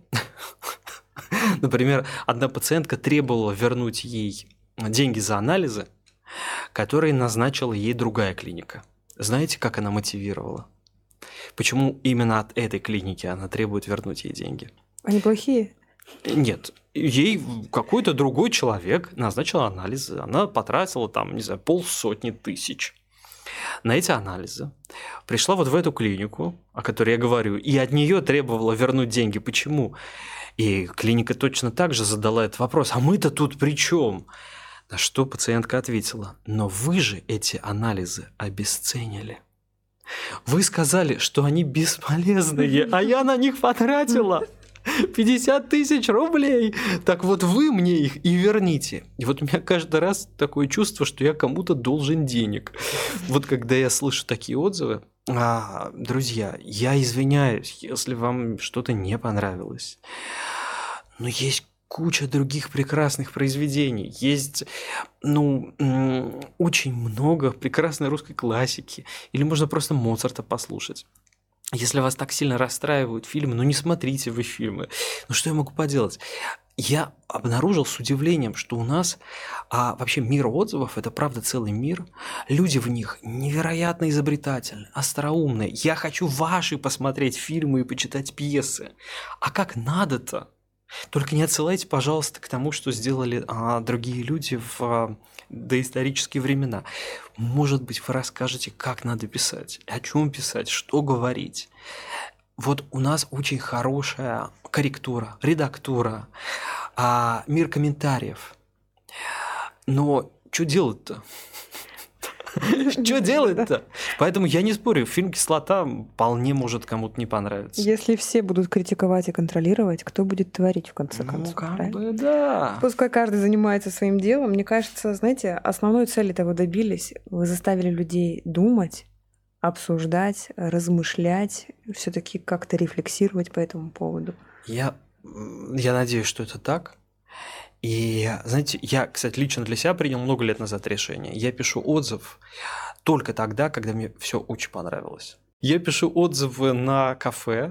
[SPEAKER 3] Например, одна пациентка требовала вернуть ей деньги за анализы, которые назначила ей другая клиника. Знаете, как она мотивировала? Почему именно от этой клиники она требует вернуть ей деньги?
[SPEAKER 2] Они плохие?
[SPEAKER 3] Нет, ей какой-то другой человек назначил анализы, она потратила там, не знаю, полсотни тысяч на эти анализы, пришла вот в эту клинику, о которой я говорю, и от нее требовала вернуть деньги. Почему? И клиника точно так же задала этот вопрос, а мы-то тут при чем? На что пациентка ответила, но вы же эти анализы обесценили. Вы сказали, что они бесполезные, а я на них потратила пятьдесят тысяч рублей. Так вот вы мне их и верните. И вот у меня каждый раз такое чувство, что я кому-то должен денег. Вот когда я слышу такие отзывы, а, друзья, я извиняюсь, если вам что-то не понравилось. Но есть куча других прекрасных произведений. Есть, ну, м, очень много прекрасной русской классики. Или можно просто Моцарта послушать. Если вас так сильно расстраивают фильмы, ну не смотрите вы фильмы. Ну что я могу поделать? Я обнаружил с удивлением, что у нас а, вообще мир отзывов – это правда целый мир. Люди в них невероятно изобретательны, остроумные. Я хочу ваши посмотреть фильмы и почитать пьесы. А как надо-то? Только не отсылайте, пожалуйста, к тому, что сделали а, другие люди в а, доисторические времена. Может быть, вы расскажете, как надо писать, о чем писать, что говорить. Вот у нас очень хорошая корректура, редактура, а, мир комментариев. Но что делать-то? Что делать-то? Поэтому я не спорю, фильм «Кислота» вполне может кому-то не понравиться.
[SPEAKER 2] Если все будут критиковать и контролировать, кто будет творить в конце
[SPEAKER 3] Ну,
[SPEAKER 2] концов?
[SPEAKER 3] как
[SPEAKER 2] правильно?
[SPEAKER 3] бы да.
[SPEAKER 2] Пускай каждый занимается своим делом. Мне кажется, знаете, основной цели-то вы добились. Вы заставили людей думать, обсуждать, размышлять, все-таки как-то рефлексировать по этому поводу.
[SPEAKER 3] Я, я надеюсь, что это так. И, знаете, я, кстати, лично для себя принял много лет назад решение. Я пишу отзыв только тогда, когда мне все очень понравилось. Я пишу отзывы на кафе.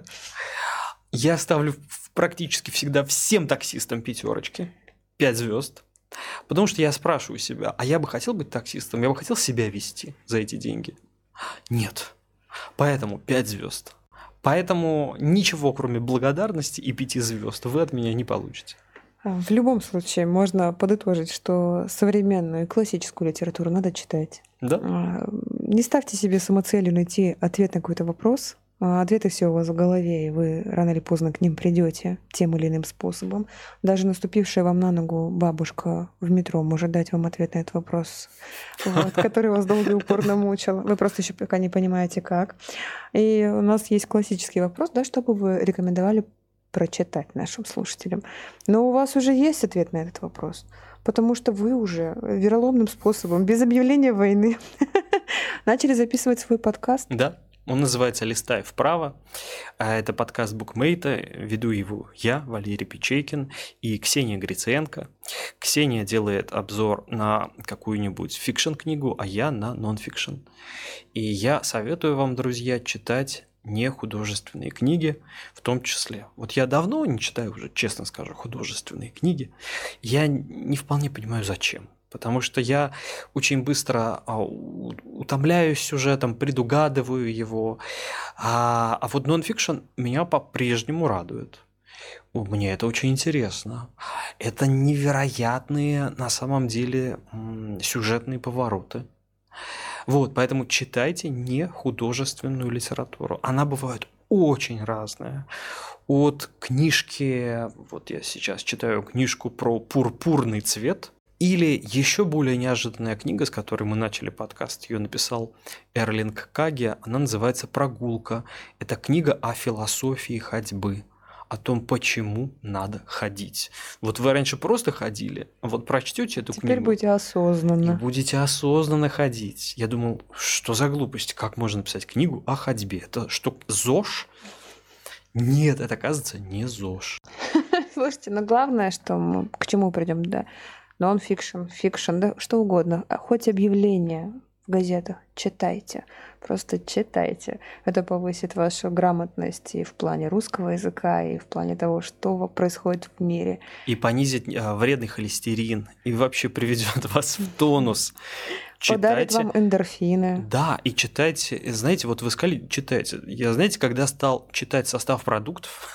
[SPEAKER 3] Я ставлю практически всегда всем таксистам пятерочки, пять звезд. Потому что я спрашиваю себя, а я бы хотел быть таксистом, я бы хотел себя вести за эти деньги. Нет. Поэтому пять звезд. Поэтому ничего, кроме благодарности и пяти звезд, вы от меня не получите.
[SPEAKER 2] В любом случае, можно подытожить, что современную и классическую литературу надо читать.
[SPEAKER 3] Да?
[SPEAKER 2] А, Не ставьте себе самоцелью найти ответ на какой-то вопрос. Ответы все у вас в голове, и вы рано или поздно к ним придете тем или иным способом. Даже наступившая вам на ногу бабушка в метро может дать вам ответ на этот вопрос, вот, который вас долго и упорно мучил. Вы просто еще пока не понимаете, как. И у нас есть классический вопрос, да, что бы вы рекомендовали прочитать нашим слушателям. Но у вас уже есть ответ на этот вопрос, потому что вы уже вероломным способом, без объявления войны, начали записывать свой подкаст.
[SPEAKER 3] Да. Он называется «Листай вправо». Это подкаст букмейта. Веду его я, Валерий Печейкин, и Ксения Гриценко. Ксения делает обзор на какую-нибудь фикшн-книгу, а я на нон-фикшн. И я советую вам, друзья, читать не художественные книги в том числе. Вот я давно не читаю уже, честно скажу, художественные книги. Я не вполне понимаю, зачем. Потому что я очень быстро утомляюсь сюжетом, предугадываю его. А, а вот нон-фикшн меня по-прежнему радует. Мне это очень интересно. Это невероятные, на самом деле, сюжетные повороты. Вот, поэтому читайте не художественную литературу. Она бывает очень разная. От книжки, вот я сейчас читаю книжку про пурпурный цвет, или еще более неожиданная книга, с которой мы начали подкаст, ее написал Эрлинг Каге, она называется «Прогулка». Это книга о философии ходьбы, о том, почему надо ходить. Вот вы раньше просто ходили, а вот прочтете эту
[SPEAKER 2] Теперь
[SPEAKER 3] книгу.
[SPEAKER 2] Теперь будете осознанно.
[SPEAKER 3] И будете осознанно ходить. Я думал, что за глупость, как можно написать книгу о ходьбе? Это что, ЗОЖ? Нет, это, оказывается, не ЗОЖ.
[SPEAKER 2] Слушайте, но главное, что мы к чему придем, да, нон-фикшн, фикшн, да, что угодно. Хоть объявления в газетах читайте. Просто читайте. Это повысит вашу грамотность и в плане русского языка, и в плане того, что происходит в мире.
[SPEAKER 3] И понизит а, вредный холестерин, и вообще приведет вас в тонус.
[SPEAKER 2] Подарит вам эндорфины.
[SPEAKER 3] Да, и читайте. Знаете, вот вы сказали, читайте. Я, знаете, когда стал читать состав продуктов,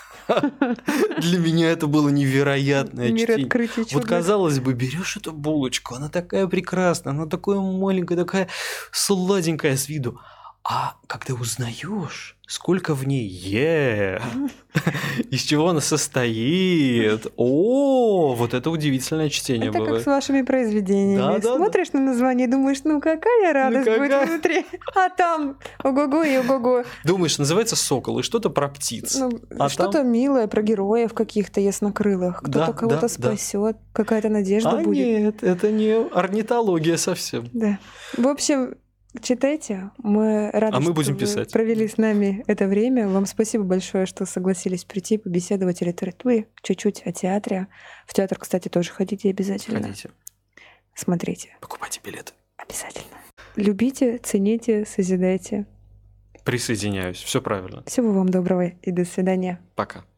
[SPEAKER 3] для меня это было невероятное чтение. Вот, казалось бы, берешь эту булочку, она такая прекрасная, она такая маленькая, такая сладенькая с виду. А когда узнаешь, сколько в ней е, из чего она состоит, о, вот это удивительное чтение
[SPEAKER 2] это
[SPEAKER 3] бывает.
[SPEAKER 2] Это как с вашими произведениями.
[SPEAKER 3] Да, да,
[SPEAKER 2] смотришь да. на название и думаешь, ну какая радость ну, какая... будет внутри, а там ого-го и ого-го.
[SPEAKER 3] Думаешь, называется «Сокол» и что-то про птиц.
[SPEAKER 2] Ну,
[SPEAKER 3] а
[SPEAKER 2] что-то
[SPEAKER 3] там...
[SPEAKER 2] милое про героев каких-то яснокрылых, кто-то
[SPEAKER 3] да,
[SPEAKER 2] кого-то
[SPEAKER 3] да,
[SPEAKER 2] спасет, да. какая-то надежда
[SPEAKER 3] а
[SPEAKER 2] будет.
[SPEAKER 3] Нет, это не орнитология совсем.
[SPEAKER 2] Да. В общем, читайте. Мы рады,
[SPEAKER 3] а мы
[SPEAKER 2] что
[SPEAKER 3] будем
[SPEAKER 2] вы
[SPEAKER 3] писать.
[SPEAKER 2] провели с нами это время. Вам спасибо большое, что согласились прийти, побеседовать о литературе, чуть-чуть о театре. В театр, кстати, тоже ходите обязательно.
[SPEAKER 3] Ходите.
[SPEAKER 2] Смотрите.
[SPEAKER 3] Покупайте билеты.
[SPEAKER 2] Обязательно. Любите, цените, созидайте.
[SPEAKER 3] Присоединяюсь. Все правильно.
[SPEAKER 2] Всего вам доброго и до свидания.
[SPEAKER 3] Пока.